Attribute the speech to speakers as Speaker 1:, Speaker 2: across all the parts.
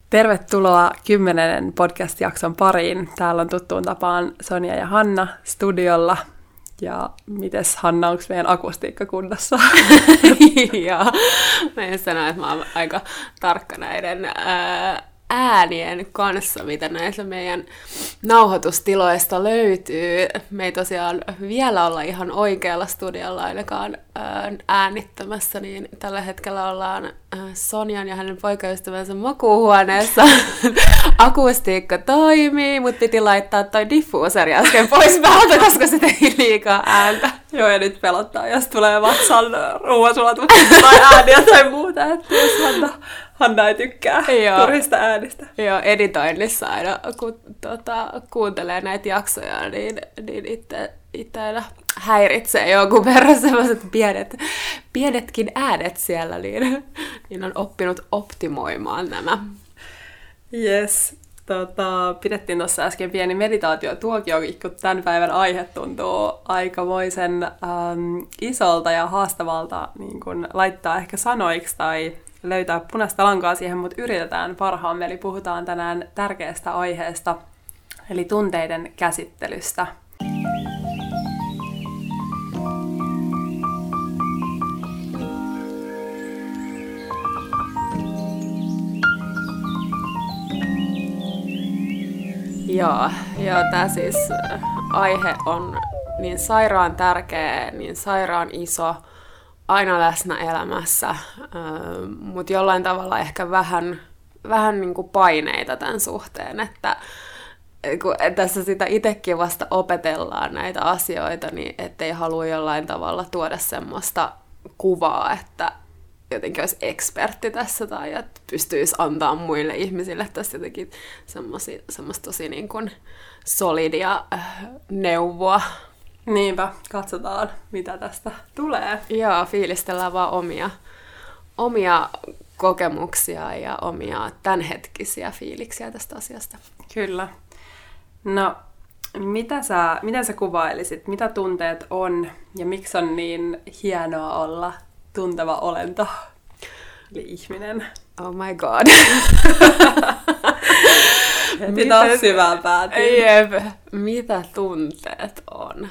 Speaker 1: Tervetuloa 10. podcast-jakson pariin. Täällä on tuttuun tapaan Sonja ja Hanna studiolla. Ja mites Hanna, onko meidän akustiikka kunnossa?
Speaker 2: Joo, mä en sano, että mä oon aika tarkka näiden äänien kanssa, mitä näistä meidän nauhoitustiloista löytyy. Me ei tosiaan vielä olla ihan oikealla studiolla ainakaan äänittämässä, niin tällä hetkellä ollaan Sonjan ja hänen poikaystävänsä makuuhuoneessa. Akustiikka toimii, mutta piti laittaa toi diffuuseri äsken pois päältä, koska se teki liikaa ääntä.
Speaker 1: Joo, ja nyt pelottaa, jos tulee vatsan ruoansulatuksia tai ääniä tai muuta, että jos Hanna ei tykkää turhista äänistä.
Speaker 2: Joo, editoinnissa aina, kun kuuntelee näitä jaksoja, niin itse aina häiritsee jonkun verran sellaiset pienetkin äänet siellä, niin on oppinut optimoimaan nämä.
Speaker 1: Yes. Pidettiin tuossa äsken pieni meditaatiotuokio, kun tämän päivän aihe tuntuu aikamoisen isolta ja haastavalta niin kun laittaa ehkä sanoiksi tai löytää punaista lankaa siihen, mutta yritetään parhaamme. Eli puhutaan tänään tärkeästä aiheesta, eli tunteiden käsittelystä.
Speaker 2: Joo, tämä siis aihe on niin sairaan tärkeä, niin sairaan iso, aina läsnä elämässä, mutta jollain tavalla ehkä vähän niin kuin paineita tämän suhteen, että kun tässä sitä itsekin vasta opetellaan näitä asioita, niin ettei halua jollain tavalla tuoda semmoista kuvaa, että jotenkin olisi ekspertti tässä tai että pystyisi antaa muille ihmisille tässä jotenkin semmoista tosi niin kuin solidia neuvoa.
Speaker 1: Niinpä, katsotaan mitä tästä tulee.
Speaker 2: Joo, fiilistellään vaan omia kokemuksia ja omia tämänhetkisiä fiiliksiä tästä asiasta.
Speaker 1: Kyllä. No, miten sä kuvailisit, mitä tunteet on ja miksi on niin hienoa olla tunteva olento, eli ihminen?
Speaker 2: Oh my god.
Speaker 1: Heti taas syvään päätyyn.
Speaker 2: Jep, mitä tunteet on?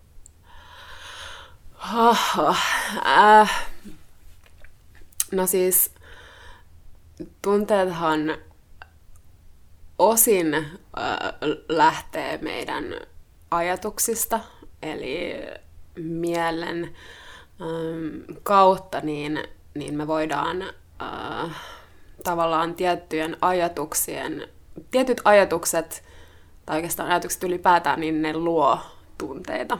Speaker 2: No siis, tunteethan osin lähtee meidän ajatuksista, eli mielen kautta, niin me voidaan tavallaan tietyt ajatukset, tai oikeastaan ajatukset ylipäätään, niin ne luo tunteita.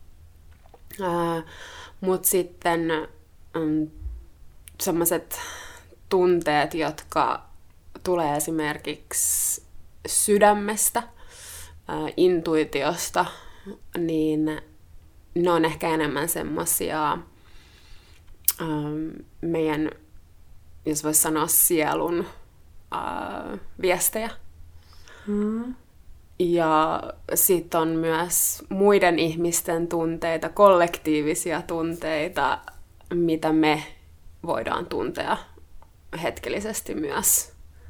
Speaker 2: Mutta sitten sellaiset tunteet, jotka tulee esimerkiksi sydämestä, intuitiosta, niin ne on ehkä enemmän semmoisia meidän, jos voisi sanoa, sielun viestejä. Ja sitten on myös muiden ihmisten tunteita, kollektiivisia tunteita, mitä me voidaan tuntea hetkellisesti myös.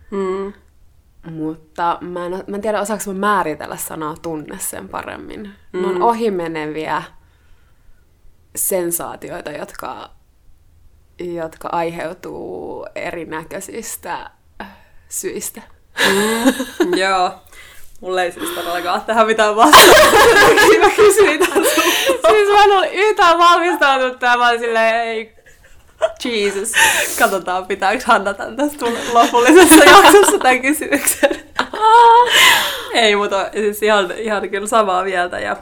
Speaker 2: Mutta mä en tiedä, osaanko mä määritellä sanaa tunne sen paremmin. Ne on ohimeneviä sensaatioita, jotka aiheutuu erinäköisistä syistä.
Speaker 1: Joo. Mulla ei siis todellakaan tähän mitään vastaan.
Speaker 2: Mä kysyin siis mä en ole yhtään valmistautunut tähän, vaan silleen, ei, Jesus.
Speaker 1: Katsotaan, pitääkö Hanna tämän tästä lopullisessa jaksossa tämän kysymyksen. Ei, mutta siis ihan kyllä samaa mieltä. Ja,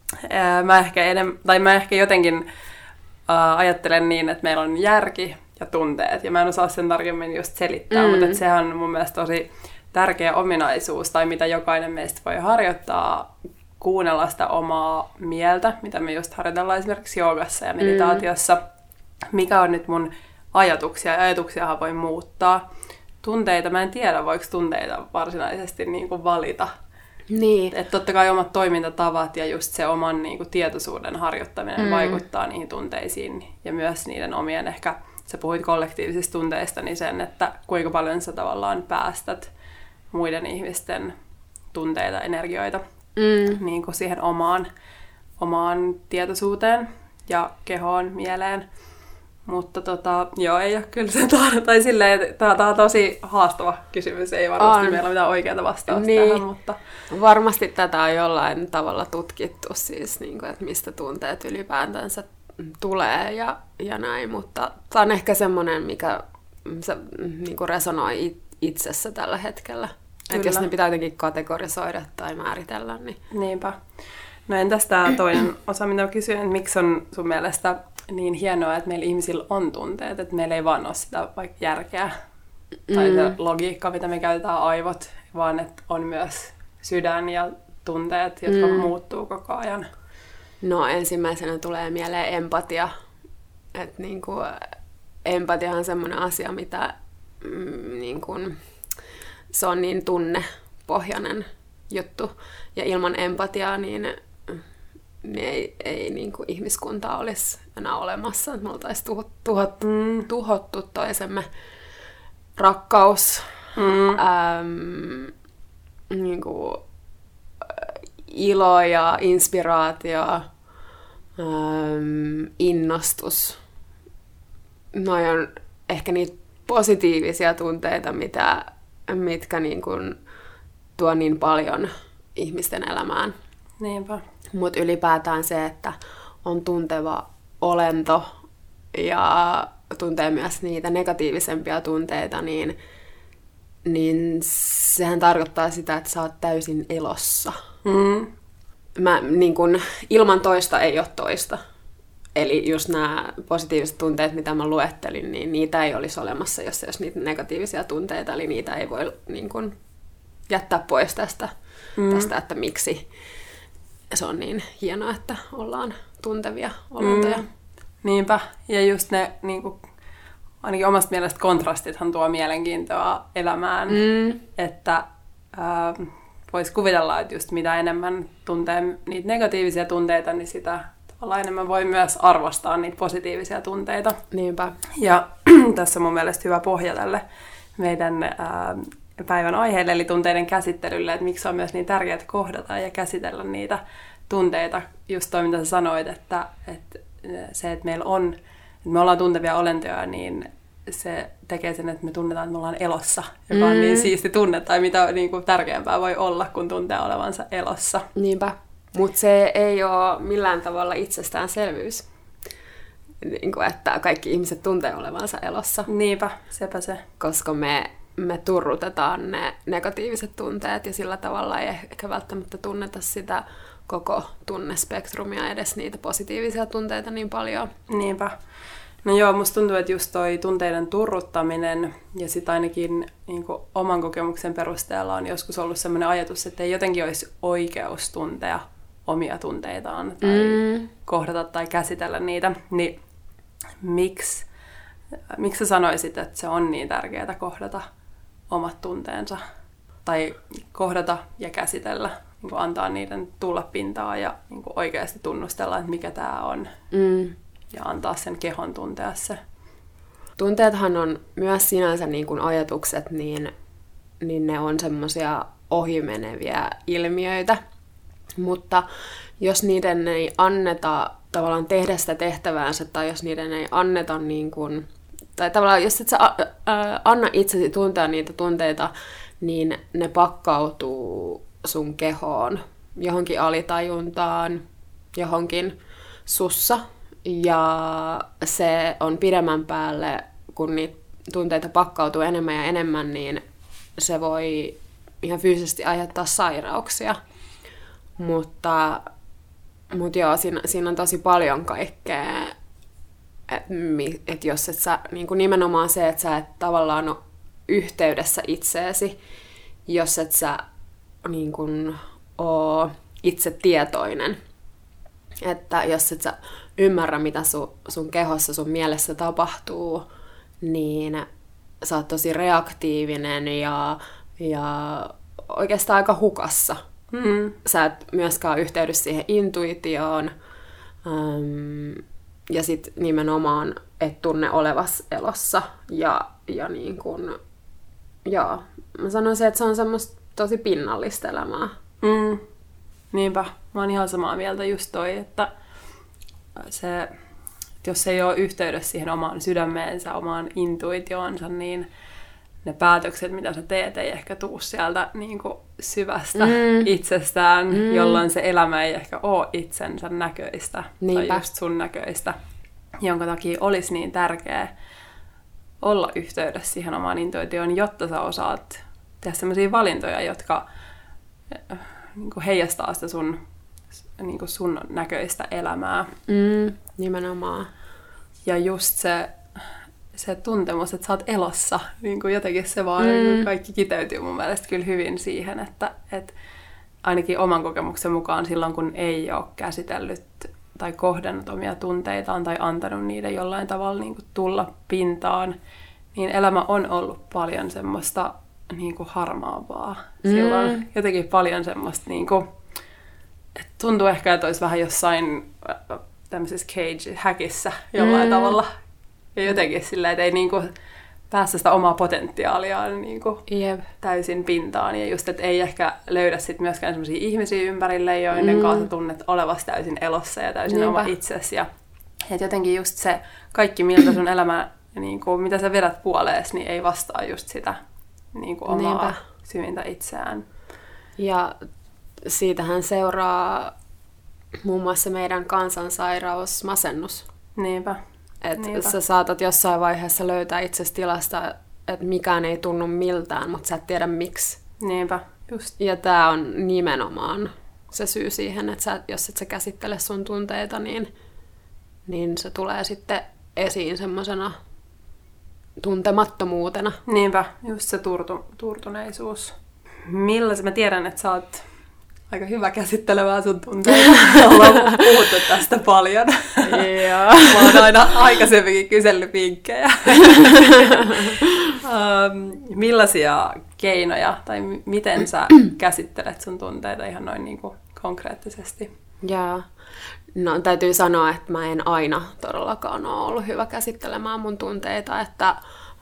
Speaker 1: mä ehkä jotenkin ajattelen niin, että meillä on järki ja tunteet. Ja mä en osaa sen tarkemmin just selittää, mutta sehän on mun mielestä tosi tärkeä ominaisuus, tai mitä jokainen meistä voi harjoittaa, kuunnella sitä omaa mieltä, mitä me just harjoitellaan esimerkiksi joogassa ja meditaatiossa. Mikä on nyt mun ajatuksia, ja ajatuksiahan voi muuttaa. Tunteita, mä en tiedä, voiko tunteita varsinaisesti niin kuin valita.
Speaker 2: Niin.
Speaker 1: Että totta kai omat toimintatavat ja just se oman niin kuin tietoisuuden harjoittaminen vaikuttaa niihin tunteisiin, ja myös niiden omien ehkä sä puhuit kollektiivisista tunteista, niin sen, että kuinka paljon sä tavallaan päästät muiden ihmisten tunteita, energioita niin kuin siihen omaan tietoisuuteen ja kehoon, mieleen. Mutta joo, ei ole kyllä se tai silleen, tämä on tosi haastava kysymys, ei varmasti meillä ole mitään oikeaa vastausta tähän, mutta...
Speaker 2: Varmasti tätä on jollain tavalla tutkittu, siis, niin kuin, että mistä tunteet ylipäätänsä tulee ja näin, mutta tämä on ehkä semmoinen, mikä se, niin kuin resonoi itsessä tällä hetkellä. Että jos ne pitää jotenkin kategorisoida tai määritellä, niin...
Speaker 1: Niinpä. No entäs tämä toinen osa, mitä mä kysyin, että miksi on sun mielestä niin hienoa, että meillä ihmisillä on tunteet, että meillä ei vaan ole sitä vaikka järkeä tai se logiikka, mitä me käytetään aivot, vaan että on myös sydän ja tunteet, jotka muuttuu koko ajan.
Speaker 2: No ensimmäisenä tulee mieleen empatia. Että niinku, empatia on semmoinen asia, mitä niinku, se on niin tunnepohjainen juttu. Ja ilman empatiaa niin ei niin kuin ihmiskuntaa olisi enää olemassa. Me oltaisiin tuhottu toisemme rakkaus, niin kuin, ilo ja inspiraatio, innostus. Noi on ehkä niitä positiivisia tunteita, mitkä niin kuin tuo niin paljon ihmisten elämään.
Speaker 1: Niinpä.
Speaker 2: Mutta ylipäätään se, että on tunteva olento ja tuntee myös niitä negatiivisempia tunteita, niin sehän tarkoittaa sitä, että sä oot täysin elossa. Niin kun, ilman toista ei ole toista. Eli just nämä positiiviset tunteet, mitä mä luettelin, niin niitä ei olisi olemassa, jos ei olisi niitä negatiivisia tunteita. Eli niitä ei voi niin kun, jättää pois tästä, että miksi se on niin hienoa, että ollaan tuntevia olentoja.
Speaker 1: Niinpä. Ja just ne, niin kuin, ainakin omasta mielestä kontrastithan tuo mielenkiintoa elämään. Että voisi kuvitella, että just mitä enemmän tuntee niitä negatiivisia tunteita, niin sitä tavallaan enemmän voi myös arvostaa niitä positiivisia tunteita.
Speaker 2: Niinpä.
Speaker 1: Ja tässä on mun mielestä hyvä pohja tälle meidän päivän aiheelle, eli tunteiden käsittelylle, että miksi on myös niin tärkeää kohdata ja käsitellä niitä tunteita. Just toi, mitä sä sanoit, että se, että me ollaan tuntevia olentoja, niin se tekee sen, että me tunnetaan, että me ollaan elossa, joka on niin siisti tunne, tai mitä niin kuin tärkeämpää voi olla, kun tuntee olevansa elossa.
Speaker 2: Niinpä. Mutta se ei ole millään tavalla itsestäänselvyys, niin kuin, että kaikki ihmiset tuntee olevansa elossa.
Speaker 1: Niinpä, sepä se.
Speaker 2: Koska me turrutetaan ne negatiiviset tunteet ja sillä tavalla ei ehkä välttämättä tunneta sitä koko tunnespektrumia, edes niitä positiivisia tunteita niin paljon.
Speaker 1: Niinpä. No joo, musta tuntuu, että just toi tunteiden turruttaminen ja sit ainakin niin kuin oman kokemuksen perusteella on joskus ollut sellainen ajatus, että ei jotenkin olisi oikeus tuntea omia tunteitaan tai kohdata tai käsitellä niitä. Niin miksi sä sanoisit, että se on niin tärkeää kohdata omat tunteensa tai kohdata ja käsitellä, niin kuin antaa niiden tulla pintaa ja niin kuin oikeasti tunnustella, että mikä tämä on ja antaa sen kehon tuntea se.
Speaker 2: Tunteethan on myös sinänsä niin kuin ajatukset, niin ne on semmoisia ohimeneviä ilmiöitä, mutta jos niiden ei anneta tavallaan tehdä sitä tehtäväänsä tai jos niiden ei anneta niin kuin, tai tavallaan jos et sä anna itsesi tuntea niitä tunteita, niin ne pakkautuu sun kehoon, johonkin alitajuntaan, johonkin sussa. Ja se on pidemmän päälle, kun niitä tunteita pakkautuu enemmän ja enemmän, niin se voi ihan fyysisesti aiheuttaa sairauksia. Mutta joo, siinä on tosi paljon kaikkea. Että jos et sä, niin kuin nimenomaan se, että sä et tavallaan ole yhteydessä itseesi, jos et sä niin kuin ole itse tietoinen. Että jos et sä ymmärrä, mitä sun kehossa, sun mielessä tapahtuu, niin sä oot tosi reaktiivinen ja oikeastaan aika hukassa. Sä et myöskään ole yhteydessä siihen intuitioon. Ja sit nimenomaan et tunne olevas elossa. Ja niin kuin, joo, mä sanoisin, että se on semmoista tosi pinnallista elämää.
Speaker 1: Niinpä, mä oon ihan samaa mieltä just toi, että jos ei ole yhteydessä siihen omaan sydämeensä, omaan intuitioonsa, niin ne päätökset, mitä sä teet, ei ehkä tuu sieltä niin kuin syvästä itsestään, jolloin se elämä ei ehkä ole itsensä näköistä.
Speaker 2: Niinpä.
Speaker 1: Tai just sun näköistä, jonka takia olisi niin tärkeää olla yhteydessä siihen omaan intuitioon, jotta sä osaat tehdä sellaisia valintoja, jotka niin kuin heijastaa sitä sun näköistä elämää.
Speaker 2: Nimenomaan.
Speaker 1: Ja just se tuntemus, että sä oot elossa, niin kuin jotenkin se vaan niin kaikki kiteytyy mun mielestä kyllä hyvin siihen, että ainakin oman kokemuksen mukaan silloin, kun ei ole käsitellyt tai kohdannut omia tunteitaan tai antanut niiden jollain tavalla niin kuin tulla pintaan, niin elämä on ollut paljon semmoista niin kuin harmaavaa. Silloin jotenkin paljon semmoista, niin kuin, että tuntuu ehkä, että olisi vähän jossain tämmöisessä cage-häkissä jollain tavalla. Ja jotenkin silleen, että ei niinku päästä sitä omaa potentiaaliaan niinku täysin pintaan. Ja just, että ei ehkä löydä sit myöskään sellaisia ihmisiä ympärille, joiden kanssa tunnet olevasi täysin elossa ja täysin oma itsesi. Ja että jotenkin just se kaikki, miltä sun elämä, niinku, mitä sä vedät puoleesi, niin ei vastaa just sitä niinku omaa syvintä itseään.
Speaker 2: Ja siitähän seuraa muun muassa meidän kansansairaus, masennus.
Speaker 1: Niinpä.
Speaker 2: Että sä saatat jossain vaiheessa löytää itsesi tilasta, että mikään ei tunnu miltään, mutta sä et tiedä miksi.
Speaker 1: Niinpä, just.
Speaker 2: Ja tää on nimenomaan se syy siihen, että jos et sä käsittele sun tunteita, niin se tulee sitten esiin semmosena tuntemattomuutena.
Speaker 1: Niinpä, just se turtuneisuus. Mä tiedän, että sä oot aika hyvä käsittelemään sun tunteita. Ollaan puhuttu tästä paljon. Mä oon aina aikaisemminkin kysellyt vinkkejä. Millaisia keinoja tai miten sä käsittelet sun tunteita ihan noin niin kuin konkreettisesti?
Speaker 2: Jaa. No täytyy sanoa, että mä en aina todellakaan ole ollut hyvä käsittelemään mun tunteita, että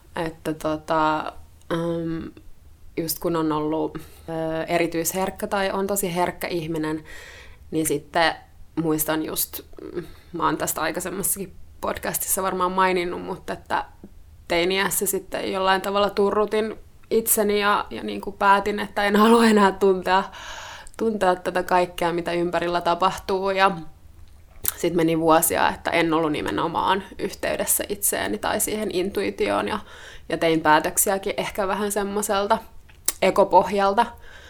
Speaker 2: just kun on ollut erityisherkkä tai on tosi herkkä ihminen, niin sitten muistan just, mä oon tästä aikaisemmassakin podcastissa varmaan maininnut, mutta että teiniässä sitten jollain tavalla turrutin itseni ja niin kuin päätin, että en halua enää tuntea tätä kaikkea, mitä ympärillä tapahtuu. Ja sitten meni vuosia, että en ollut nimenomaan yhteydessä itseeni tai siihen intuitioon ja tein päätöksiäkin ehkä vähän semmoiselta ekopohjalta.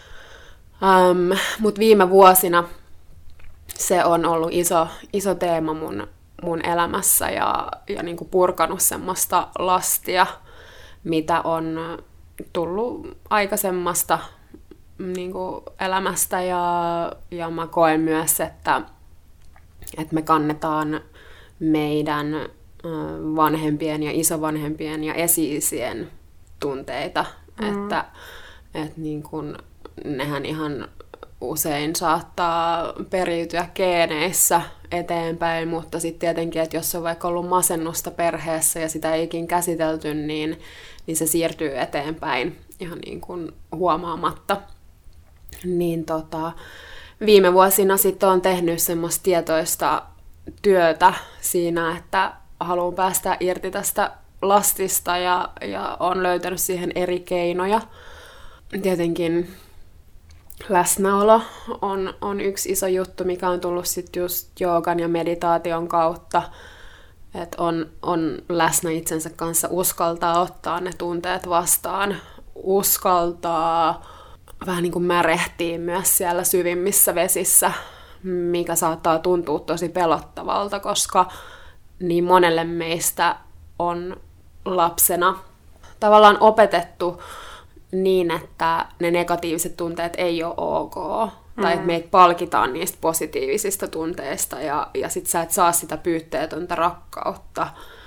Speaker 2: Mutta viime vuosina se on ollut iso teema mun elämässä ja niinku purkanut semmoista lastia, mitä on tullut aikaisemmasta niinku elämästä ja mä koen myös, että me kannetaan meidän vanhempien ja isovanhempien ja esi-isien tunteita, että niin kun nehän ihan usein saattaa periytyä geeneissä eteenpäin, mutta sitten tietenkin, että jos on vaikka ollut masennusta perheessä ja sitä ei ikin käsitelty, niin se siirtyy eteenpäin ihan niin kuin huomaamatta. Niin viime vuosina sitten olen tehnyt semmoista tietoista työtä siinä, että haluan päästä irti tästä lastista ja olen löytänyt siihen eri keinoja. Tietenkin läsnäolo on yksi iso juttu, mikä on tullut sitten just joogan ja meditaation kautta. Että on läsnä itsensä kanssa, uskaltaa ottaa ne tunteet vastaan, uskaltaa vähän niin kuin märehtiä myös siellä syvimmissä vesissä, mikä saattaa tuntua tosi pelottavalta, koska niin monelle meistä on lapsena tavallaan opetettu niin, että ne negatiiviset tunteet ei ole ok. Tai että meitä palkitaan niistä positiivisista tunteista ja sit sä et saa sitä pyytteetöntä rakkautta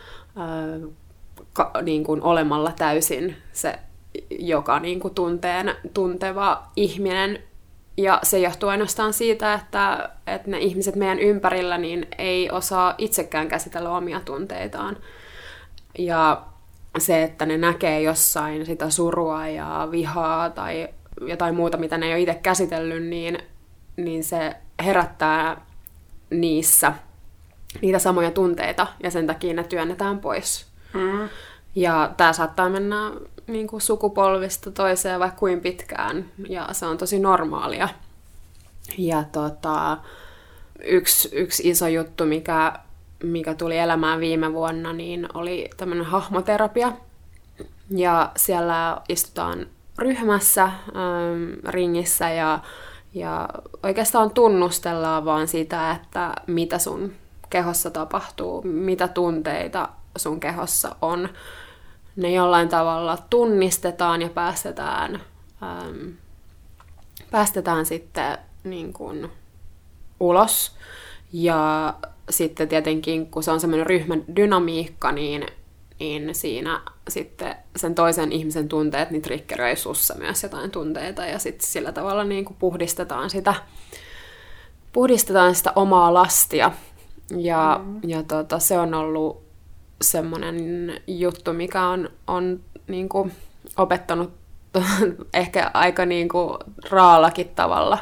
Speaker 2: niin kuin olemalla täysin se, joka niin kuin tunteva ihminen. Ja se johtuu ainoastaan siitä, että ne ihmiset meidän ympärillä niin ei osaa itsekään käsitellä omia tunteitaan. Ja se, että ne näkee jossain sitä surua ja vihaa tai jotain muuta, mitä ne ei ole itse käsitellyt, niin se herättää niissä niitä samoja tunteita, ja sen takia ne työnnetään pois. Mm. Ja tämä saattaa mennä niin kuin sukupolvista toiseen vaikka kuin pitkään, ja se on tosi normaalia. Ja yksi iso juttu, mikä tuli elämään viime vuonna, niin oli tämmöinen hahmoterapia. Ja siellä istutaan ryhmässä, ringissä, ja oikeastaan tunnustellaan vaan sitä, että mitä sun kehossa tapahtuu, mitä tunteita sun kehossa on. Ne jollain tavalla tunnistetaan ja päästetään sitten niin kuin ulos. Ja sitten tietenkin, kun se on semmoinen ryhmädynamiikka, niin siinä sitten sen toisen ihmisen tunteet niin triggeröi sussa myös jotain tunteita, ja sitten sillä tavalla niin kuin puhdistetaan sitä omaa lastia. Ja se on ollut semmoinen juttu, mikä on niin kuin opettanut ehkä aika niin kuin raallakin tavalla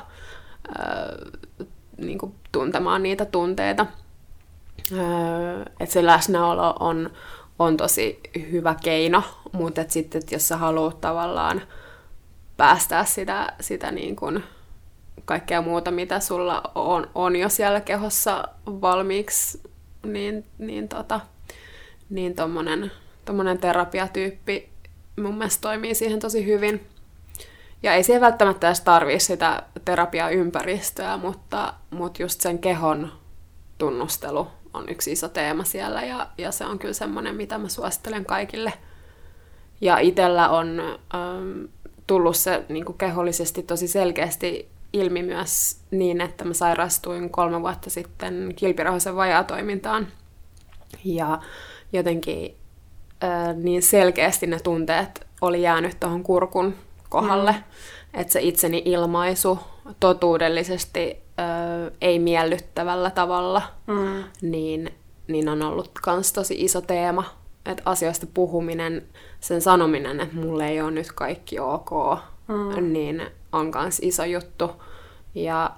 Speaker 2: niin kuin tuntemaan niitä tunteita. Että se läsnäolo on tosi hyvä keino, mutta sitten jos sä haluat tavallaan päästää sitä niin kuin kaikkea muuta, mitä sulla on jo siellä kehossa valmiiksi, niin tommonen terapiatyyppi mun mielestä toimii siihen tosi hyvin. Ja ei siihen välttämättä edes tarvitse sitä terapiaympäristöä, mutta just sen kehon tunnustelu on yksi iso teema siellä, ja se on kyllä semmoinen, mitä mä suosittelen kaikille. Ja itsellä on tullut se niin kuin kehollisesti tosi selkeästi ilmi myös niin, että mä sairastuin 3 vuotta sitten kilpirauhasen vajaatoimintaan. Ja jotenkin niin selkeästi ne tunteet oli jäänyt tuohon kurkun kohdalle, että se itseni ilmaisu totuudellisesti ei miellyttävällä tavalla, niin on ollut kans tosi iso teema, että asioista puhuminen, sen sanominen, että mulle ei ole nyt kaikki ok, niin on kans iso juttu. Ja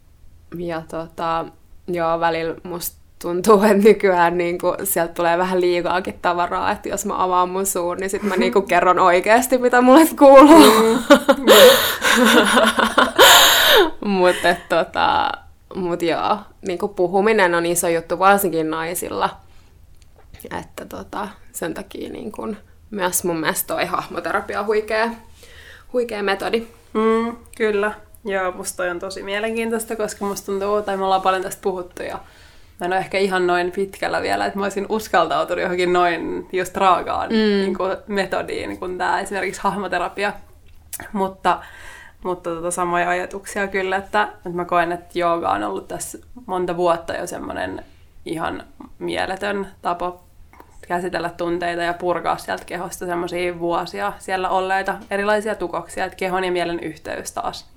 Speaker 2: välillä musta tuntuu, että nykyään niinku, sieltä tulee vähän liikaakin tavaraa, että jos mä avaan mun suun, niin sit mä niinku kerron oikeasti, mitä mulle kuuluu. Mut joo, niinku puhuminen on iso juttu, varsinkin naisilla. Että sen takia niinku, myös mun mielestä toi hahmoterapia on huikea metodi.
Speaker 1: Kyllä. Joo, musta toi on tosi mielenkiintoista, koska musta tuntuu, tai me ollaan paljon tästä puhuttu, ja mä en ole ehkä ihan noin pitkällä vielä, että mä olisin uskaltautunut johonkin noin just raakaan niin kuin metodiin, kuin tämä esimerkiksi hahmoterapia. Mutta samoja ajatuksia kyllä, että mä koen, että jooga on ollut tässä monta vuotta jo semmoinen ihan mieletön tapa käsitellä tunteita ja purkaa sieltä kehosta semmoisia vuosia siellä olleita erilaisia tukoksia, että kehon ja mielen yhteys taas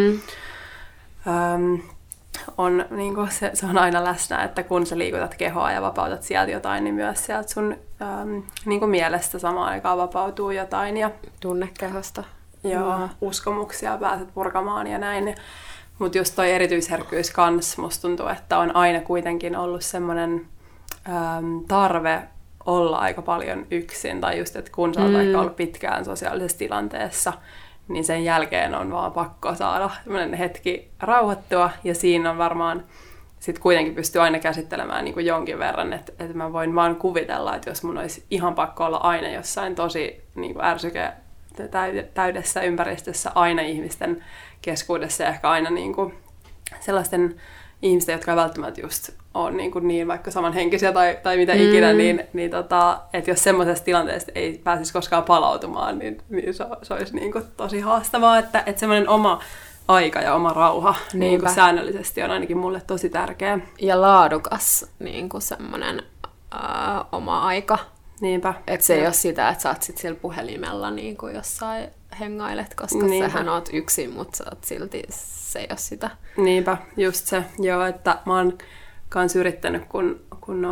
Speaker 1: on, niin kuin se on aina läsnä, että kun sä liikutat kehoa ja vapautat sieltä jotain, niin myös sieltä sun niin kuin mielestä samaan aikaan vapautuu jotain. Ja
Speaker 2: tunnekehosta.
Speaker 1: Joo, uskomuksia pääset purkamaan ja näin. Mutta just toi erityisherkkyys kans, musta tuntuu, että on aina kuitenkin ollut semmoinen tarve olla aika paljon yksin. Tai just, että kun sä oot vaikka ollut pitkään sosiaalisessa tilanteessa, niin sen jälkeen on vaan pakko saada semmoinen hetki rauhoittua. Ja siinä on varmaan, sit kuitenkin pystyy aina käsittelemään niin kuin jonkin verran, että mä voin vaan kuvitella, että jos mun olisi ihan pakko olla aina jossain tosi niin kuin ärsyke täydessä ympäristössä aina ihmisten keskuudessa ja ehkä aina niin kuin sellaisten ihmisten, jotka ei välttämättä just ole niin vaikka samanhenkisiä tai mitä ikinä, niin että jos semmoisesta tilanteesta ei pääsisi koskaan palautumaan, niin se olisi niin kuin tosi haastavaa, että semmoinen oma aika ja oma rauha niin kuin säännöllisesti on ainakin mulle tosi tärkeä.
Speaker 2: Ja laadukas niin kuin semmoinen oma aika.
Speaker 1: Niinpä.
Speaker 2: Että se ei ole sitä, että sä oot sit siellä puhelimella niin kuin jossain hengailet, koska sähän oot yksin, mutta sä oot silti, se ei ole sitä.
Speaker 1: Niinpä, just se. Joo, että mä oon kans yrittänyt, kun on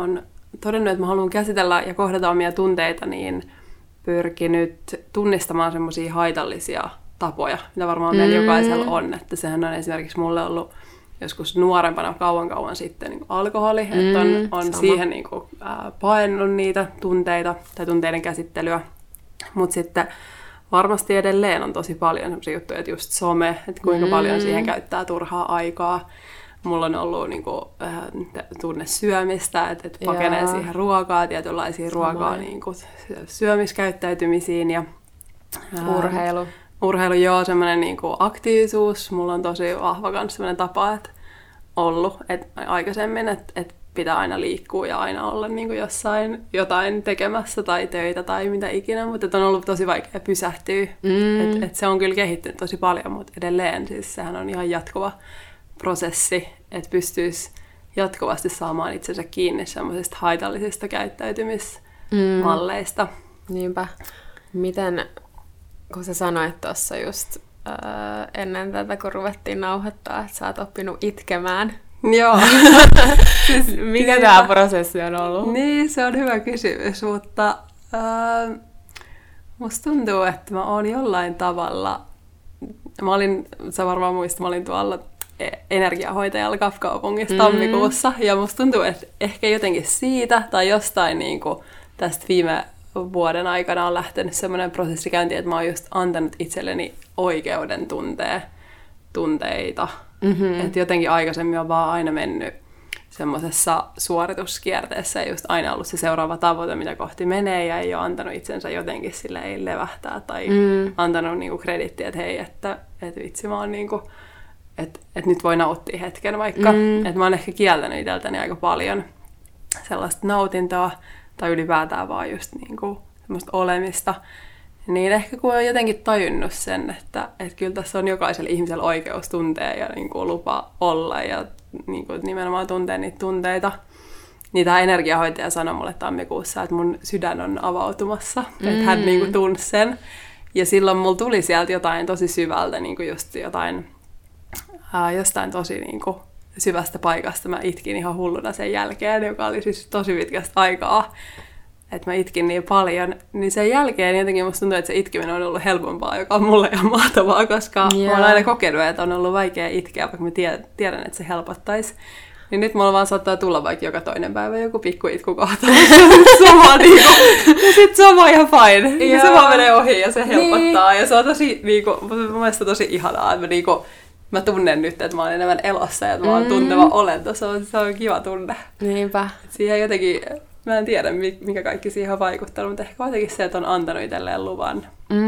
Speaker 1: todennut, että mä haluan käsitellä ja kohdata omia tunteita, niin pyrkinyt tunnistamaan semmoisia haitallisia tapoja, mitä varmaan meillä jokaisella on. Että sehän on esimerkiksi mulle ollut joskus nuorempana kauan sitten niin alkoholi, että on siihen niin kuin, paennut niitä tunteita tai tunteiden käsittelyä. Mutta sitten varmasti edelleen on tosi paljon sellaisia juttuja, että just some, että kuinka paljon siihen käyttää turhaa aikaa. Mulla on ollut niin kuin, tunne syömistä, että pakenee siihen ruokaa, tietynlaisia ruokaa niin kuin, syömiskäyttäytymisiin. Ja, Urheilu, joo, semmoinen niin kuin aktiivisuus. Mulla on tosi vahva kans semmoinen tapa, että ollut aikaisemmin, että pitää aina liikkua ja aina olla niin kuin jossain jotain tekemässä tai töitä tai mitä ikinä, mutta on ollut tosi vaikea pysähtyä. Et se on kyllä kehittynyt tosi paljon, mutta edelleen siis sehän on ihan jatkuva prosessi, että pystyisi jatkuvasti saamaan itsensä kiinni semmoisista haitallisista käyttäytymismalleista.
Speaker 2: Niinpä. Miten, kun sä sanoit tuossa just ennen tätä, kun ruvettiin nauhoittaa, että sä oot oppinut itkemään.
Speaker 1: Joo.
Speaker 2: Siis, mikä tämä prosessi on ollut?
Speaker 1: Niin, se on hyvä kysymys, mutta musta tuntuu, että mä oon jollain tavalla, sä varmaan muistat, mä olin tuolla energiahoitajalla KAF-kaupungissa tammikuussa, ja musta tuntuu, että ehkä jotenkin siitä tai jostain niin kuin tästä viime vuoden aikana on lähtenyt semmoinen prosessi käyntiin, että mä oon just antanut itselleni oikeuden tunteita. Että jotenkin aikaisemmin on vaan aina mennyt semmoisessa suorituskierteessä ja just aina ollut se seuraava tavoite, mitä kohti menee, ja ei ole antanut itsensä jotenkin silleen levähtää tai antanut niinku kredittiä, että hei, että vitsi mä oon niinku, että nyt voi nauttia hetken vaikka. Että mä oon ehkä kieltänyt itseltäni aika paljon sellaista nautintoa tai ylipäätään vaan just niinku semmoista olemista. Niin ehkä kun on jotenkin tajunnut sen, että kyllä tässä on jokaisella ihmisellä oikeus tuntea ja niin kuin lupa olla ja niin kuin nimenomaan tuntea niitä tunteita. Niin tämä energiahoitaja sanoi mulle tammikuussa, että mun sydän on avautumassa, että hän niin kuin tunsi sen. Ja silloin mulla tuli sieltä jotain tosi syvältä, niin kuin just jostain tosi niin kuin syvästä paikasta. Mä itkin ihan hulluna sen jälkeen, joka oli siis tosi pitkästä aikaa. Että mä itkin niin paljon, niin sen jälkeen jotenkin musta tuntuu, että se itkiminen on ollut helpompaa, joka on mulle ihan mahtavaa, koska mä oon aina kokenut, että on ollut vaikea itkeä, vaikka mä tiedän, että se helpottaisi. Niin nyt mulla vaan saattaa tulla vaikka joka toinen päivä joku pikku itkukohtaus. Sama niinku, ja sit se on vaan ihan fine. Ja se vaan menee ohi ja se helpottaa. Niin. Ja se on tosi, niinku, mun mielestä tosi ihanaa, että mä tunnen nyt, että mä oon enemmän elossa ja että mä oon tunteva olento. Se on kiva tunne.
Speaker 2: Niinpä.
Speaker 1: Siihen jotenkin... Mä en tiedä, mikä kaikki siihen on vaikuttanut, mutta ehkä kuitenkin se, että on antanut itselleen luvan.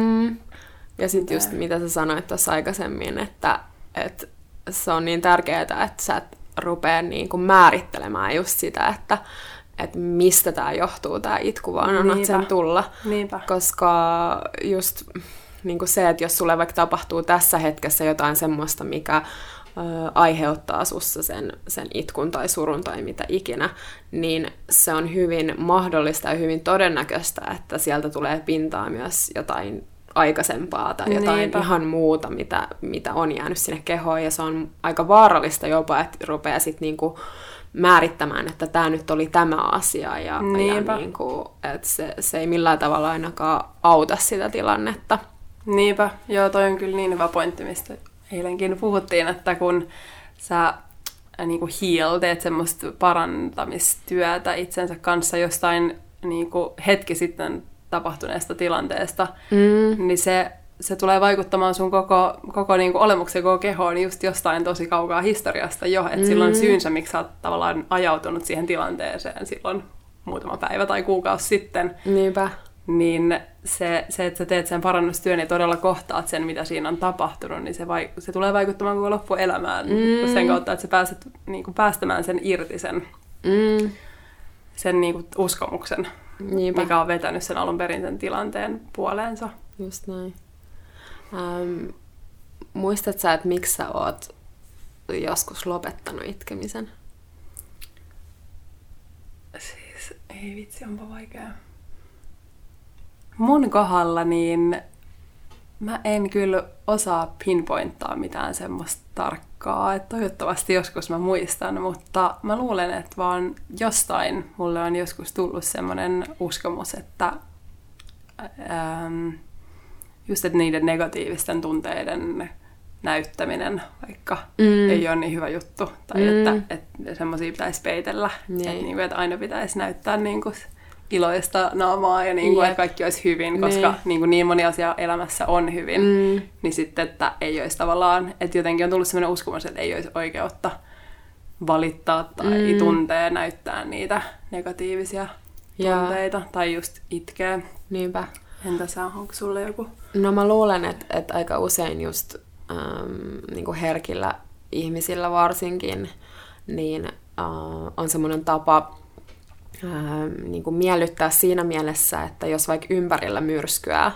Speaker 2: Ja sitten just mitä sä sanoit tuossa aikaisemmin, että se on niin tärkeää, että sä et rupea niinku määrittelemään just sitä, että mistä tää johtuu, tää itku, vaan annat sen tulla.
Speaker 1: Niinpä.
Speaker 2: Koska just niinku se, että jos sulle vaikka tapahtuu tässä hetkessä jotain semmoista, mikä aiheuttaa sussa sen itkun tai surun tai mitä ikinä, niin se on hyvin mahdollista ja hyvin todennäköistä, että sieltä tulee pintaan myös jotain aikaisempaa tai jotain ihan muuta, mitä on jäänyt sinne kehoon, ja se on aika vaarallista jopa, että rupeaa sitten niinku määrittämään, että tämä nyt oli tämä asia, ja niinku, että se ei millään tavalla ainakaan auta sitä tilannetta.
Speaker 1: Niinpä, joo, toi on kyllä niin hyvä pointti, mistä eilenkin puhuttiin, että kun sä niinku teet semmoista parantamistyötä itsensä kanssa jostain niinku hetki sitten tapahtuneesta tilanteesta, niin se tulee vaikuttamaan sun koko niinku olemuksen koko kehoon just jostain tosi kaukaa historiasta jo, että silloin syynsä, miksi sä oot tavallaan ajautunut siihen tilanteeseen silloin muutama päivä tai kuukausi sitten.
Speaker 2: Niinpä.
Speaker 1: Niin se, että sä teet sen parannustyön ja todella kohtaat sen, mitä siinä on tapahtunut, niin se tulee vaikuttamaan koko loppuelämään sen kautta, että sä pääset niinku päästämään sen irti, sen niinku uskomuksen, mikä on vetänyt sen alun perin sen tilanteen puoleensa.
Speaker 2: Just näin. Muistat sä, että miksi sä oot joskus lopettanut itkemisen?
Speaker 1: Siis, ei vitsi, onpa vaikea. Mun kohdalla niin Mä en kyllä osaa pinpointtaa mitään semmoista tarkkaa, että toivottavasti joskus mä muistan, mutta mä luulen, että vaan jostain mulle on joskus tullut semmoinen uskomus, että just että niiden negatiivisten tunteiden näyttäminen vaikka ei ole niin hyvä juttu, tai että semmoisia pitäisi peitellä, että aina pitäisi näyttää niin kuin iloista naamaa ja niin kuin, että kaikki olisi hyvin, koska niin moni asia elämässä on hyvin, niin sitten, että ei olisi tavallaan, että jotenkin on tullut sellainen uskomus, että ei olisi oikeutta valittaa tai tuntea näyttää niitä negatiivisia tunteita tai just itkeä.
Speaker 2: Niinpä.
Speaker 1: Entä sä, onko sulle joku?
Speaker 2: No mä luulen, että aika usein just niin kuin herkillä ihmisillä varsinkin, niin on semmoinen tapa niin kuin miellyttää siinä mielessä, että jos vaikka ympärillä myrskyää,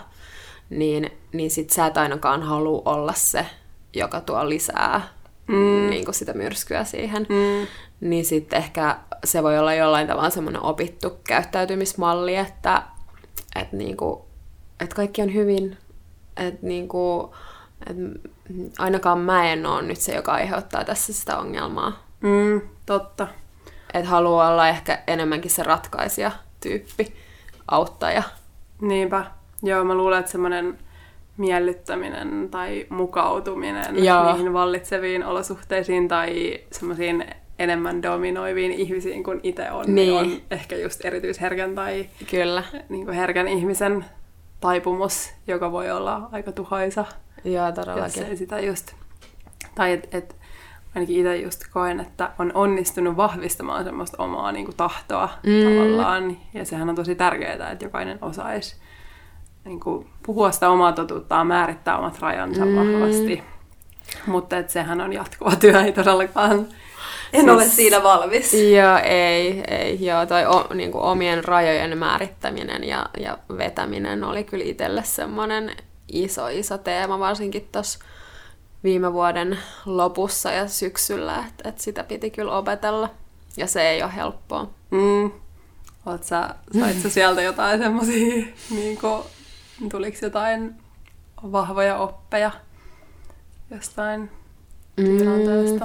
Speaker 2: niin sit sä et ainakaan halua olla se, joka tuo lisää niin kuin sitä myrskyä siihen. Niin sitten ehkä se voi olla jollain tavalla semmoinen opittu käyttäytymismalli, että niin kuin, että kaikki on hyvin, että niin kuin, että ainakaan mä en ole nyt se, joka aiheuttaa tässä sitä ongelmaa.
Speaker 1: Totta.
Speaker 2: Että haluaa olla ehkä enemmänkin se ratkaisija-tyyppi, auttaja.
Speaker 1: Niinpä. Joo, mä luulen, että semmoinen miellyttäminen tai mukautuminen niihin vallitseviin olosuhteisiin tai semmoisiin enemmän dominoiviin ihmisiin kuin itse on, niin on ehkä just erityisherkän tai niin kuin herkän ihmisen taipumus, joka voi olla aika tuhoisa.
Speaker 2: Joo, todellakin.
Speaker 1: Jos ei sitä just... Tai ainakin itse just koen, että on onnistunut vahvistamaan semmoista omaa niin kuin tahtoa tavallaan. Ja sehän on tosi tärkeää, että jokainen osaisi niin kuin puhua sitä omaa totuuttaan, määrittää omat rajansa vahvasti. Mutta sehän on jatkuva työ, ei todellakaan. En ole siinä valmis.
Speaker 2: Joo, ei. Joo, toi niin kuin omien rajojen määrittäminen ja vetäminen oli kyllä itselle semmoinen iso teema, varsinkin tuossa viime vuoden lopussa ja syksyllä, että sitä piti kyllä opetella, ja se ei ole helppoa.
Speaker 1: Sait sä sieltä jotain semmosia, niinku, tuliko jotain vahvoja oppeja jostain tilanteesta?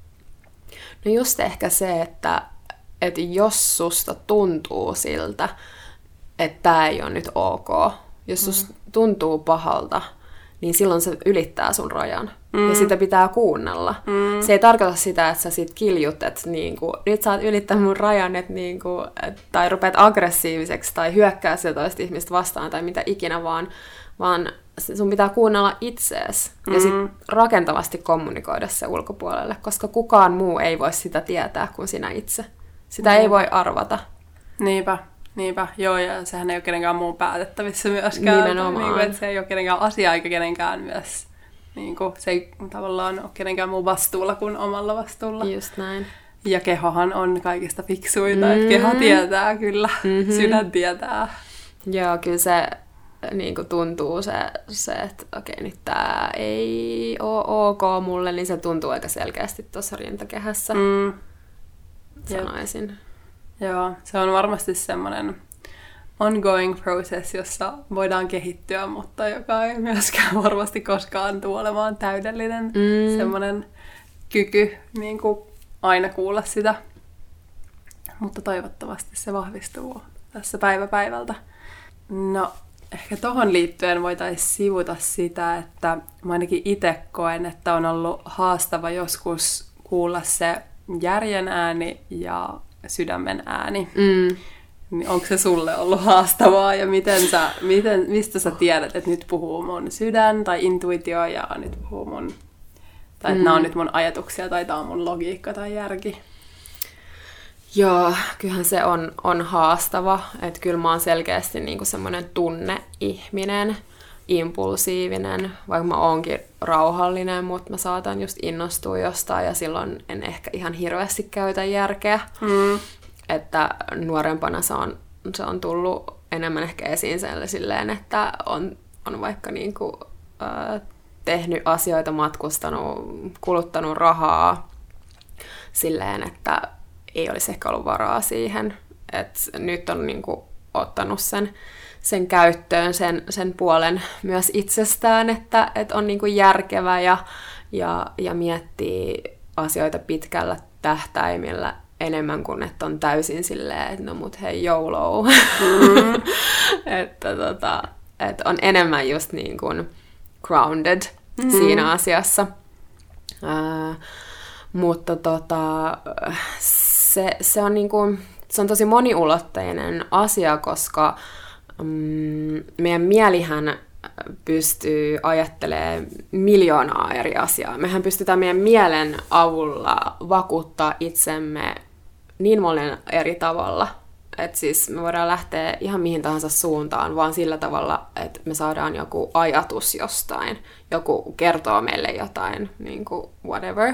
Speaker 2: No just ehkä se, että jos susta tuntuu siltä, että tää ei ole nyt ok, jos susta tuntuu pahalta, niin silloin se ylittää sun rajan. Ja sitä pitää kuunnella. Se ei tarkoita sitä, että sä sit kiljut, että niinku, nyt sä oot ylittänyt mun rajan, että niinku, tai rupeat aggressiiviseksi tai hyökkää sitä toista ihmistä vastaan tai mitä ikinä, vaan sun pitää kuunnella itseesi ja sit rakentavasti kommunikoida se ulkopuolelle, koska kukaan muu ei voi sitä tietää kuin sinä itse. Sitä ei voi arvata.
Speaker 1: Niinpä, joo, ja sehän ei ole kenenkään muun päätettävissä myöskään.
Speaker 2: Nimenomaan.
Speaker 1: Niin kuin, että se ei ole kenenkään asia eikä kenenkään myös. Niin kuin, se ei tavallaan ole kenenkään muun vastuulla kuin omalla vastuulla.
Speaker 2: Just näin.
Speaker 1: Ja kehohan on kaikista fiksuita, että keho tietää kyllä, sydän tietää.
Speaker 2: Joo, kyllä se niin kuin tuntuu se että okei, nyt tää ei ole ok mulle, niin se tuntuu aika selkeästi tuossa rintakehässä, sanoisin.
Speaker 1: Joo, se on varmasti semmoinen ongoing process, jossa voidaan kehittyä, mutta joka ei myöskään varmasti koskaan tule olemaan täydellinen semmoinen kyky niin kuin aina kuulla sitä. Mutta toivottavasti se vahvistuu tässä päivä päivältä. No, ehkä tohon liittyen voitaisiin sivuta sitä, että mä ainakin itse koen, että on ollut haastava joskus kuulla se järjen ääni ja sydämen ääni. Niin onko se sulle ollut haastavaa ja mistä sä tiedät, että nyt puhuu mun sydän tai intuitio ja nyt puhuu mun, tai että nämä on nyt mun ajatuksia tai tää on mun logiikka tai järki?
Speaker 2: Joo, kyllähän se on haastava. Että kyllä mä oon selkeästi niinku semmoinen tunneihminen, impulsiivinen, vaikka mä oonkin rauhallinen, mutta mä saatan just innostua jostain ja silloin en ehkä ihan hirveästi käytä järkeä. Että nuorempana se on tullut enemmän ehkä esiin silleen, että on vaikka niinku, tehnyt asioita, matkustanut, kuluttanut rahaa silleen, että ei olisi ehkä ollut varaa siihen. Et nyt on niinku ottanut sen käyttöön sen puolen myös itsestään, että on niin kuin järkevä ja miettii asioita pitkällä tähtäimellä enemmän kuin, että on täysin silleen, että no mut hei, YOLO. että on enemmän just niin kuin grounded siinä asiassa. Mutta se on niinku, se on tosi moniulotteinen asia, koska meidän mielihän pystyy ajattelemaan miljoonaa eri asiaa. Mehän pystytään meidän mielen avulla vakuuttaa itsemme niin monen eri tavalla. Että siis me voidaan lähteä ihan mihin tahansa suuntaan, vaan sillä tavalla, että me saadaan joku ajatus jostain. Joku kertoo meille jotain, niin kuin whatever.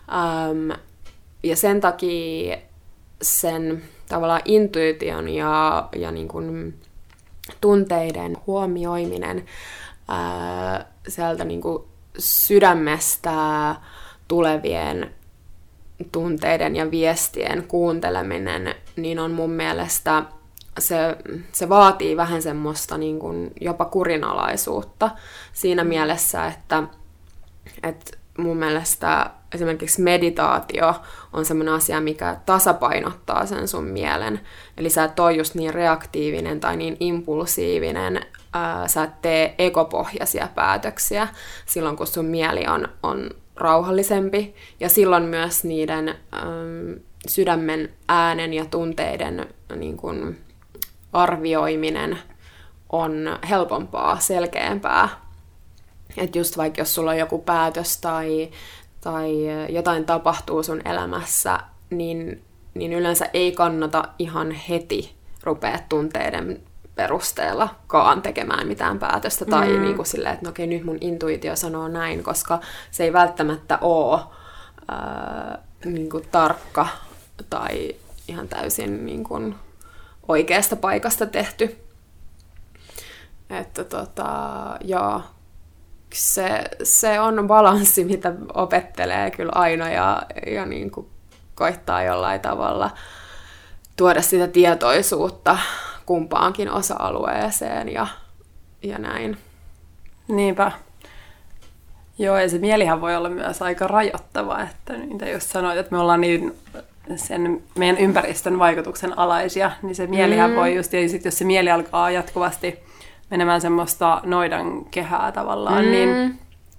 Speaker 2: Ja sen takia sen tavallaan intuition ja niin kuin tunteiden huomioiminen sieltä niin kuin sydämestä tulevien tunteiden ja viestien kuunteleminen, niin on mun mielestä, se vaatii vähän semmoista niin kuin jopa kurinalaisuutta siinä mielessä, että mun mielestä esimerkiksi meditaatio on semmoinen asia, mikä tasapainottaa sen sun mielen. Eli sä et ole just niin reaktiivinen tai niin impulsiivinen, sä et tee ekopohjaisia päätöksiä silloin, kun sun mieli on rauhallisempi. Ja silloin myös niiden sydämen äänen ja tunteiden niin kun, arvioiminen on helpompaa, selkeämpää. Että just vaikka jos sulla on joku päätös tai jotain tapahtuu sun elämässä, niin yleensä ei kannata ihan heti rupea tunteiden perusteellakaan tekemään mitään päätöstä. Tai niin kuin silleen, että no okei, nyt mun intuitio sanoo näin, koska se ei välttämättä ole niin kuin tarkka tai ihan täysin niin kuin oikeasta paikasta tehty. Että joo. Se on balanssi, mitä opettelee kyllä aina ja niin kuin koittaa jollain tavalla tuoda sitä tietoisuutta kumpaankin osa-alueeseen ja näin.
Speaker 1: Niinpä. Joo, ja se mielihän voi olla myös aika rajoittava, että mitä just sanoit, että me ollaan niin sen meidän ympäristön vaikutuksen alaisia, niin se mielihän voi just, ja sit jos se mieli alkaa jatkuvasti menemään semmoista noidan kehää tavallaan, niin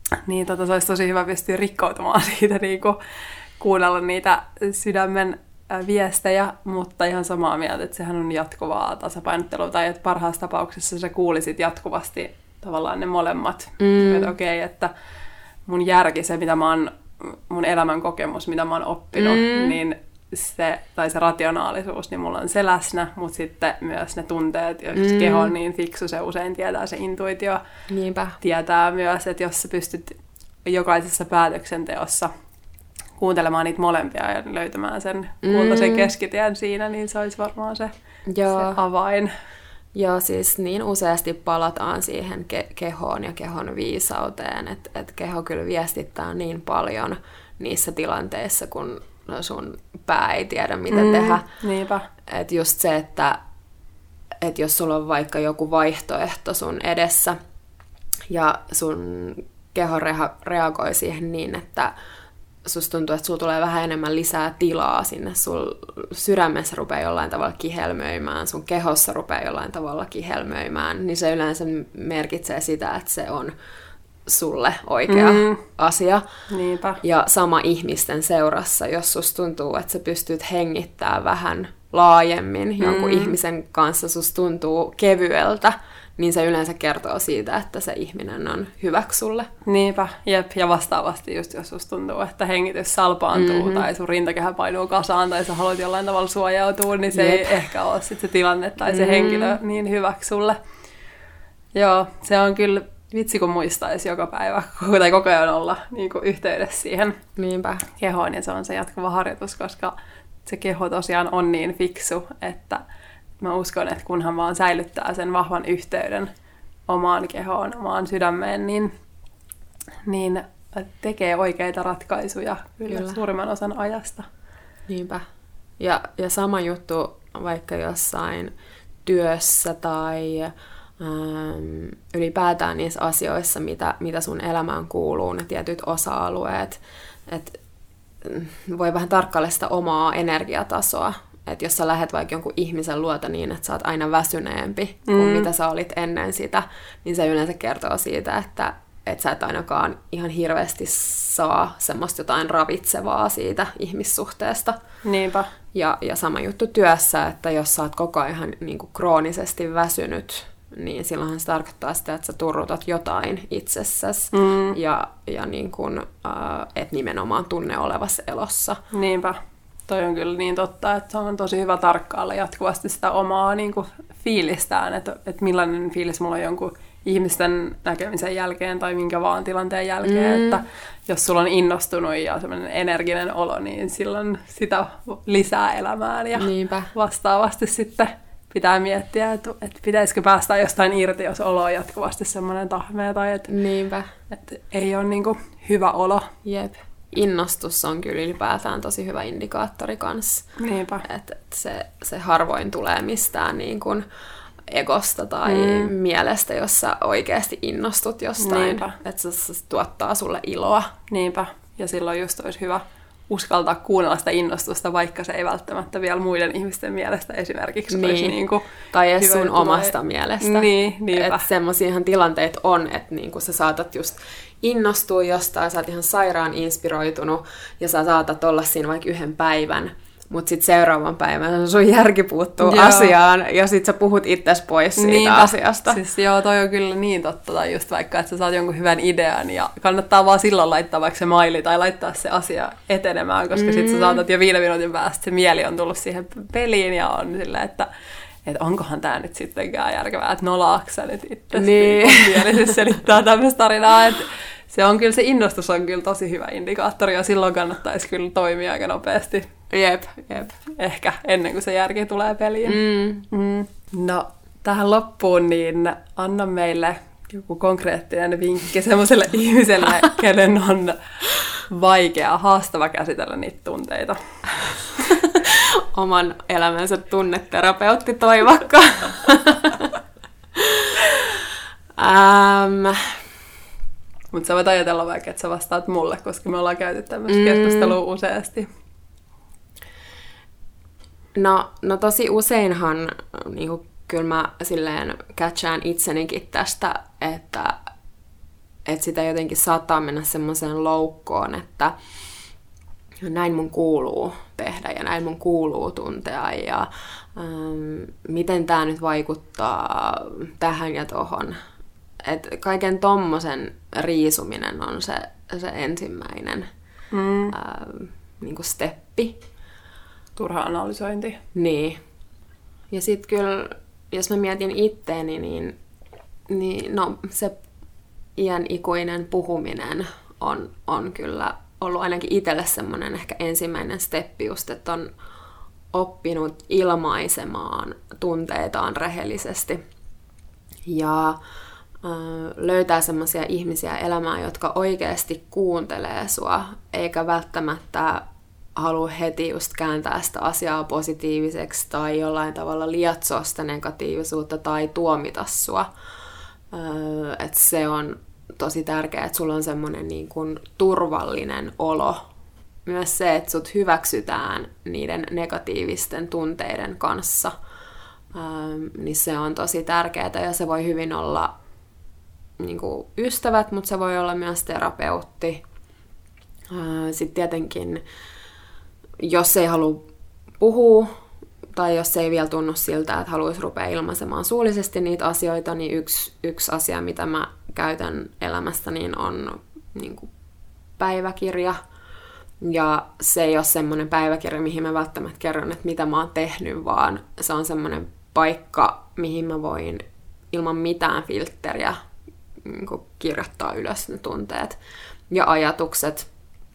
Speaker 1: se olisi tosi hyvä pystyä rikkoutumaan siitä, niin kuin kuunnella niitä sydämen viestejä, mutta ihan samaa mieltä, että sehän on jatkuvaa tasapainottelua, tai että parhaassa tapauksessa sä kuulisit jatkuvasti tavallaan ne molemmat. Että okei, että mun järki, se mitä mä oon, mun elämän kokemus, mitä mä oon oppinut, niin se rationaalisuus, niin mulla on se läsnä, mutta sitten myös ne tunteet, jos keho on niin fiksu, se usein tietää, se intuitio.
Speaker 2: Niinpä.
Speaker 1: Tietää myös, että jos sä pystyt jokaisessa päätöksenteossa kuuntelemaan niitä molempia ja löytämään sen kultaisen keskitien siinä, niin se olisi varmaan se avain.
Speaker 2: Joo, siis niin useasti palataan siihen kehoon ja kehon viisauteen, että keho kyllä viestittää niin paljon niissä tilanteissa, kun sun pää ei tiedä, mitä tehdä.
Speaker 1: Niinpä.
Speaker 2: Että just se, että jos sulla on vaikka joku vaihtoehto sun edessä ja sun keho reagoi siihen niin, että susta tuntuu, että sulla tulee vähän enemmän lisää tilaa sinne, sul sydämessä rupeaa jollain tavalla kihelmöimään, sun kehossa rupeaa jollain tavalla kihelmöimään, niin se yleensä merkitsee sitä, että se on sulle oikea asia.
Speaker 1: Niinpä.
Speaker 2: Ja sama ihmisten seurassa, jos susta tuntuu, että sä pystyt hengittämään vähän laajemmin jonkun ihmisen kanssa, susta tuntuu kevyeltä, niin se yleensä kertoo siitä, että se ihminen on hyväksi sulle.
Speaker 1: Niinpä, jep. Ja vastaavasti just jos susta tuntuu, että hengitys salpaantuu tai sun rintakehä painuu kasaan tai sä haluat jollain tavalla suojautua, niin se ei ehkä ole sit se tilanne tai se henkilö niin hyväksi sulle. Joo, se on kyllä vitsi, kun muistaisi joka päivä tai koko ajan olla niin kuin yhteydessä siihen kehoon. Ja se on se jatkuva harjoitus, koska se keho tosiaan on niin fiksu, että mä uskon, että kunhan vaan säilyttää sen vahvan yhteyden omaan kehoon, omaan sydämeen, niin tekee oikeita ratkaisuja kyllä suurimman osan ajasta.
Speaker 2: Niinpä. Ja sama juttu vaikka jossain työssä tai ylipäätään niissä asioissa, mitä sun elämään kuuluu, ne tietyt osa-alueet. Et voi vähän tarkkailla sitä omaa energiatasoa. Että jos sä lähdet vaikka jonkun ihmisen luota niin, että sä oot aina väsyneempi kuin mitä sä olit ennen sitä, niin se yleensä kertoo siitä, että sä et ainakaan ihan hirveästi saa semmoista jotain ravitsevaa siitä ihmissuhteesta.
Speaker 1: Niinpä.
Speaker 2: Ja sama juttu työssä, että jos sä oot koko ajan niin kuin kroonisesti väsynyt, niin silloinhan se tarkoittaa sitä, että sä turrutat jotain itsessäsi ja niin kuin, et nimenomaan tunne olevassa elossa.
Speaker 1: Niinpä. Toi on kyllä niin totta, että se on tosi hyvä tarkkailla jatkuvasti sitä omaa niin kuin fiilistään, että millainen fiilis mulla on jonkun ihmisten näkemisen jälkeen tai minkä vaan tilanteen jälkeen, että jos sulla on innostunut ja semmoinen energinen olo, niin silloin sitä lisää elämään ja
Speaker 2: Niinpä.
Speaker 1: Vastaavasti sitten pitää miettiä, että pitäisikö päästä jostain irti, jos olo on jatkuvasti semmoinen tahmea tai että ei ole niin kuin hyvä olo.
Speaker 2: Jep. Innostus on kyllä ylipäätään tosi hyvä indikaattori kanssa.
Speaker 1: Niinpä.
Speaker 2: Että se harvoin tulee mistään niin kuin egosta tai mielestä, jos sä oikeasti innostut jostain. Että se tuottaa sulle iloa.
Speaker 1: Niinpä. Ja silloin just olisi hyvä uskaltaa kuunnella sitä innostusta, vaikka se ei välttämättä vielä muiden ihmisten mielestä esimerkiksi olisi niin kuin
Speaker 2: tai edes sun omasta mielestä.
Speaker 1: Niinpä.
Speaker 2: Että semmoisiahan tilanteita on, että niin kuin sä saatat just innostua jostain, sä oot ihan sairaan inspiroitunut ja sä saatat olla siinä vaikka yhden päivän, mutta sitten seuraavan päivän sun järki puuttuu asiaan ja sit sä puhut itses pois siitä asiasta.
Speaker 1: Siis toi on kyllä niin totta, tai just vaikka, että sä saat jonkun hyvän idean ja kannattaa vaan silloin laittaa vaikka se maili tai laittaa se asia etenemään, koska sit sä saatat jo 5 minuutin päästä, se mieli on tullut siihen peliin ja on silleen, että onkohan tää nyt sittenkään järkevää, että nolaaksa nyt itse mieli selittää tämmöistä tarinaa, että se innostus on kyllä tosi hyvä indikaattori ja silloin kannattaisi kyllä toimia aika nopeasti.
Speaker 2: Jep.
Speaker 1: Ehkä ennen kuin se järki tulee peliin. No, tähän loppuun niin anna meille joku konkreettinen vinkki semmoiselle ihmiselle, kenen on vaikea, haastava käsitellä niitä tunteita.
Speaker 2: Oman elämänsä tunneterapeutti Toivakka.
Speaker 1: Mutta sä voit ajatella vaikka, että sä vastaat mulle, koska me ollaan käyty tämmöistä keskustelua useasti.
Speaker 2: No tosi useinhan niin kyllä mä silleen catchaan itsenikin tästä, että sitä jotenkin saattaa mennä semmoiseen loukkoon, että näin mun kuuluu tehdä ja näin mun kuuluu tuntea ja miten tää nyt vaikuttaa tähän ja tohon. Et kaiken tommosen riisuminen on se ensimmäinen niinku steppi.
Speaker 1: Turha analysointi.
Speaker 2: Niin. Ja sit kyllä, jos mä mietin itteeni, niin no, se iän ikuinen puhuminen on kyllä ollut ainakin itselle semmoinen ehkä ensimmäinen steppi just, että on oppinut ilmaisemaan tunteitaan rehellisesti. Ja löytää semmoisia ihmisiä elämään, jotka oikeasti kuuntelee sua, eikä välttämättä halua heti just kääntää sitä asiaa positiiviseksi tai jollain tavalla lietsoa sitä negatiivisuutta tai tuomita sua. Et se on tosi tärkeää, että sulla on semmoinen niin kuin turvallinen olo. Myös se, että sut hyväksytään niiden negatiivisten tunteiden kanssa, niin se on tosi tärkeää ja se voi hyvin olla niin kuin ystävät, mutta se voi olla myös terapeutti. Sitten tietenkin, jos ei halua puhua tai jos ei vielä tunnu siltä, että haluaisi rupea ilmaisemaan suullisesti niitä asioita, niin yksi asia, mitä mä käytän elämästä, niin on niin kuin päiväkirja. Ja se ei ole semmoinen päiväkirja, mihin mä välttämättä kerron, että mitä mä oon tehnyt, vaan se on semmoinen paikka, mihin mä voin ilman mitään filtteriä niin kuin kirjoittaa ylös ne tunteet ja ajatukset.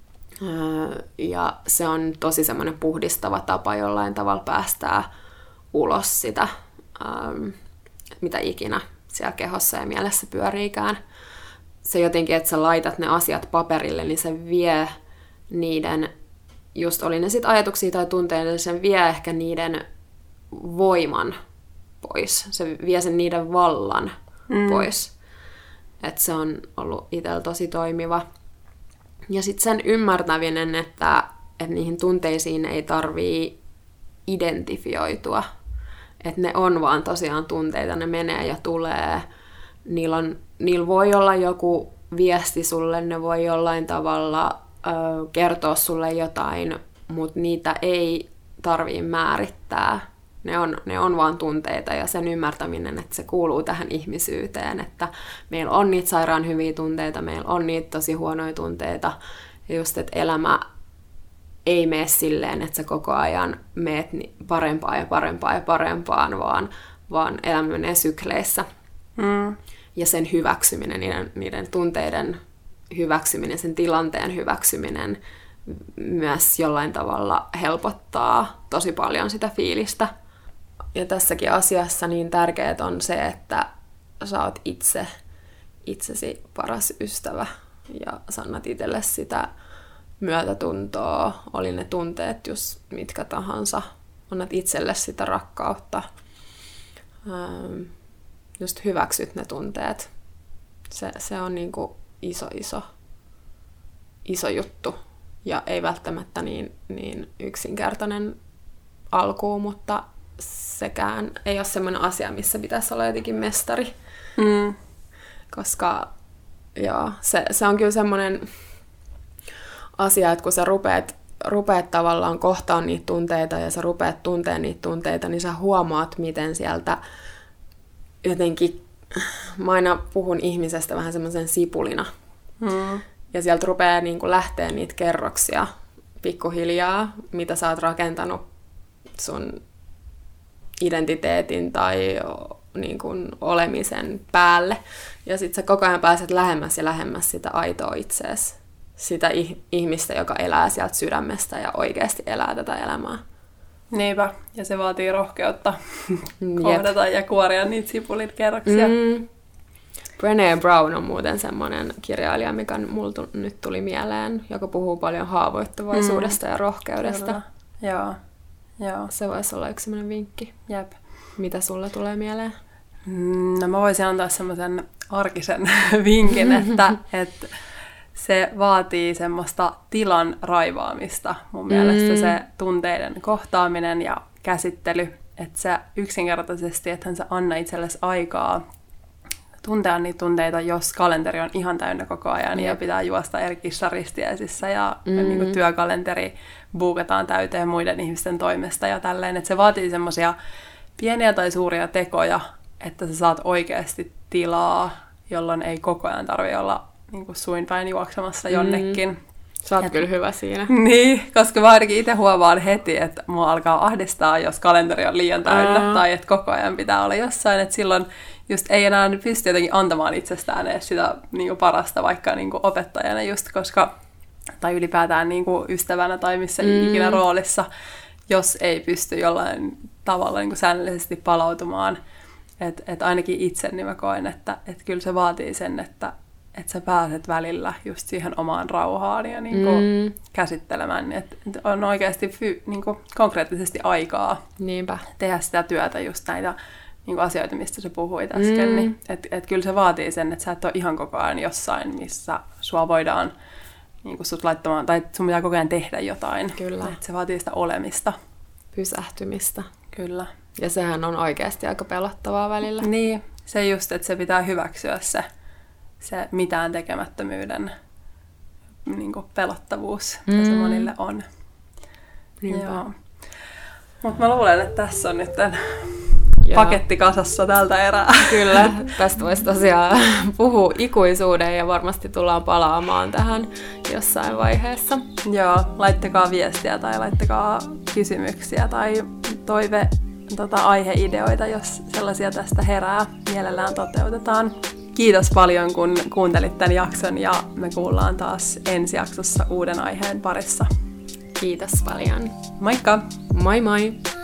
Speaker 2: Ja se on tosi semmoinen puhdistava tapa jollain tavalla päästää ulos sitä, mitä ikinä siellä kehossa ja mielessä pyöriikään. Se jotenkin, että sä laitat ne asiat paperille, niin se vie niiden, just oli ne sitten ajatuksia tai tunteita, niin se vie ehkä niiden voiman pois. Se vie sen niiden vallan pois. Että se on ollut itsellä tosi toimiva. Ja sitten sen ymmärtäminen, että niihin tunteisiin ei tarvii identifioitua. Että ne on vaan tosiaan tunteita, ne menee ja tulee. Niillä voi olla joku viesti sulle, ne voi jollain tavalla kertoa sulle jotain, mutta niitä ei tarvii määrittää. Ne on vaan tunteita ja sen ymmärtäminen, että se kuuluu tähän ihmisyyteen, että meillä on niitä sairaan hyviä tunteita, meillä on niitä tosi huonoja tunteita ja just, että elämä ei mene silleen, että sä koko ajan meet parempaan ja parempaan ja parempaan, vaan elämä menee sykleissä. Ja sen hyväksyminen, niiden tunteiden hyväksyminen, sen tilanteen hyväksyminen myös jollain tavalla helpottaa tosi paljon sitä fiilistä. Ja tässäkin asiassa niin tärkeää on se, että sä oot itsesi paras ystävä ja sä annat itselle sitä myötätuntoa, oli ne tunteet just mitkä tahansa, annat itselle sitä rakkautta, just hyväksyt ne tunteet. Se on niinku iso juttu ja ei välttämättä niin yksinkertainen alkuun, mutta sekään ei ole semmoinen asia, missä pitäisi olla jotenkin mestari. Koska joo, se on kyllä semmoinen asia, että kun sä rupeat tavallaan kohtaan niitä tunteita ja sä rupeat tunteen niitä tunteita, niin sä huomaat, miten sieltä jotenkin, mä aina puhun ihmisestä vähän semmoisen sipulina. Ja sieltä rupeaa niin kuin lähteä niitä kerroksia pikkuhiljaa, mitä sä oot rakentanut sun identiteetin tai niin kuin olemisen päälle. Ja sit sä koko ajan pääset lähemmäs ja lähemmäs sitä aitoa itseesi. Sitä ihmistä, joka elää sieltä sydämestä ja oikeasti elää tätä elämää.
Speaker 1: Niinpä, ja se vaatii rohkeutta kohdata ja kuoria niitä sipulin kerroksia.
Speaker 2: Brené Brown on muuten semmoinen kirjailija, mikä mulla nyt tuli mieleen, joka puhuu paljon haavoittuvaisuudesta ja rohkeudesta.
Speaker 1: Joo.
Speaker 2: Se voisi olla yksi semmoinen vinkki.
Speaker 1: Jep.
Speaker 2: Mitä sulle tulee mieleen?
Speaker 1: No mä voisin antaa semmoisen arkisen vinkin, että se vaatii semmoista tilan raivaamista. Mun mielestä se tunteiden kohtaaminen ja käsittely, että sä yksinkertaisesti, ethän sä anna itsellesi aikaa tuntea niitä tunteita, jos kalenteri on ihan täynnä koko ajan ja pitää juosta eri kissaristiäisissä ja niin kuin työkalenteri buukataan täyteen muiden ihmisten toimesta ja tälleen. Että se vaatii semmoisia pieniä tai suuria tekoja, että sä saat oikeasti tilaa, jolloin ei koko ajan tarvitse olla niin kuin suin päin juoksemassa jonnekin.
Speaker 2: Sä oot kyllä hyvä siinä.
Speaker 1: Niin, koska mä ainakin itse huomaan heti, että mua alkaa ahdistaa, jos kalenteri on liian täynnä tai että koko ajan pitää olla jossain, että silloin just ei enää pysty jotenkin antamaan itsestään edes sitä niin kuin parasta vaikka niin kuin opettajana just, koska, tai ylipäätään niin kuin ystävänä tai missä ikinä roolissa, jos ei pysty jollain tavalla niin kuin säännöllisesti palautumaan. Että ainakin itse niin mä koen, että kyllä se vaatii sen, että sä pääset välillä just siihen omaan rauhaan ja niin kuin käsittelemään, että on oikeasti niin kuin konkreettisesti aikaa tehdä sitä työtä, just näitä niin kuin asioita, mistä sä puhuit äsken. Niin, että kyllä se vaatii sen, että sä et ole ihan koko ajan jossain, missä sua voidaan niin kuin sut laittamaan, tai sun pitää koko ajan tehdä jotain.
Speaker 2: Kyllä.
Speaker 1: Että se vaatii sitä olemista.
Speaker 2: Pysähtymistä.
Speaker 1: Kyllä.
Speaker 2: Ja sehän on oikeasti aika pelottavaa välillä.
Speaker 1: Niin, se just, että se pitää hyväksyä se mitään tekemättömyyden niin kuin pelottavuus, mitä se monille on. Mutta mä luulen, että tässä on nyt paketti kasassa tältä erää.
Speaker 2: Kyllä, tästä voisi tosiaan puhua ikuisuuden ja varmasti tullaan palaamaan tähän jossain vaiheessa.
Speaker 1: Joo, laittakaa viestiä tai laittakaa kysymyksiä tai aiheideoita, jos sellaisia tästä herää. Mielellään toteutetaan. Kiitos paljon, kun kuuntelit tämän jakson ja me kuullaan taas ensi jaksossa uuden aiheen parissa.
Speaker 2: Kiitos paljon.
Speaker 1: Moikka!
Speaker 2: Moi moi!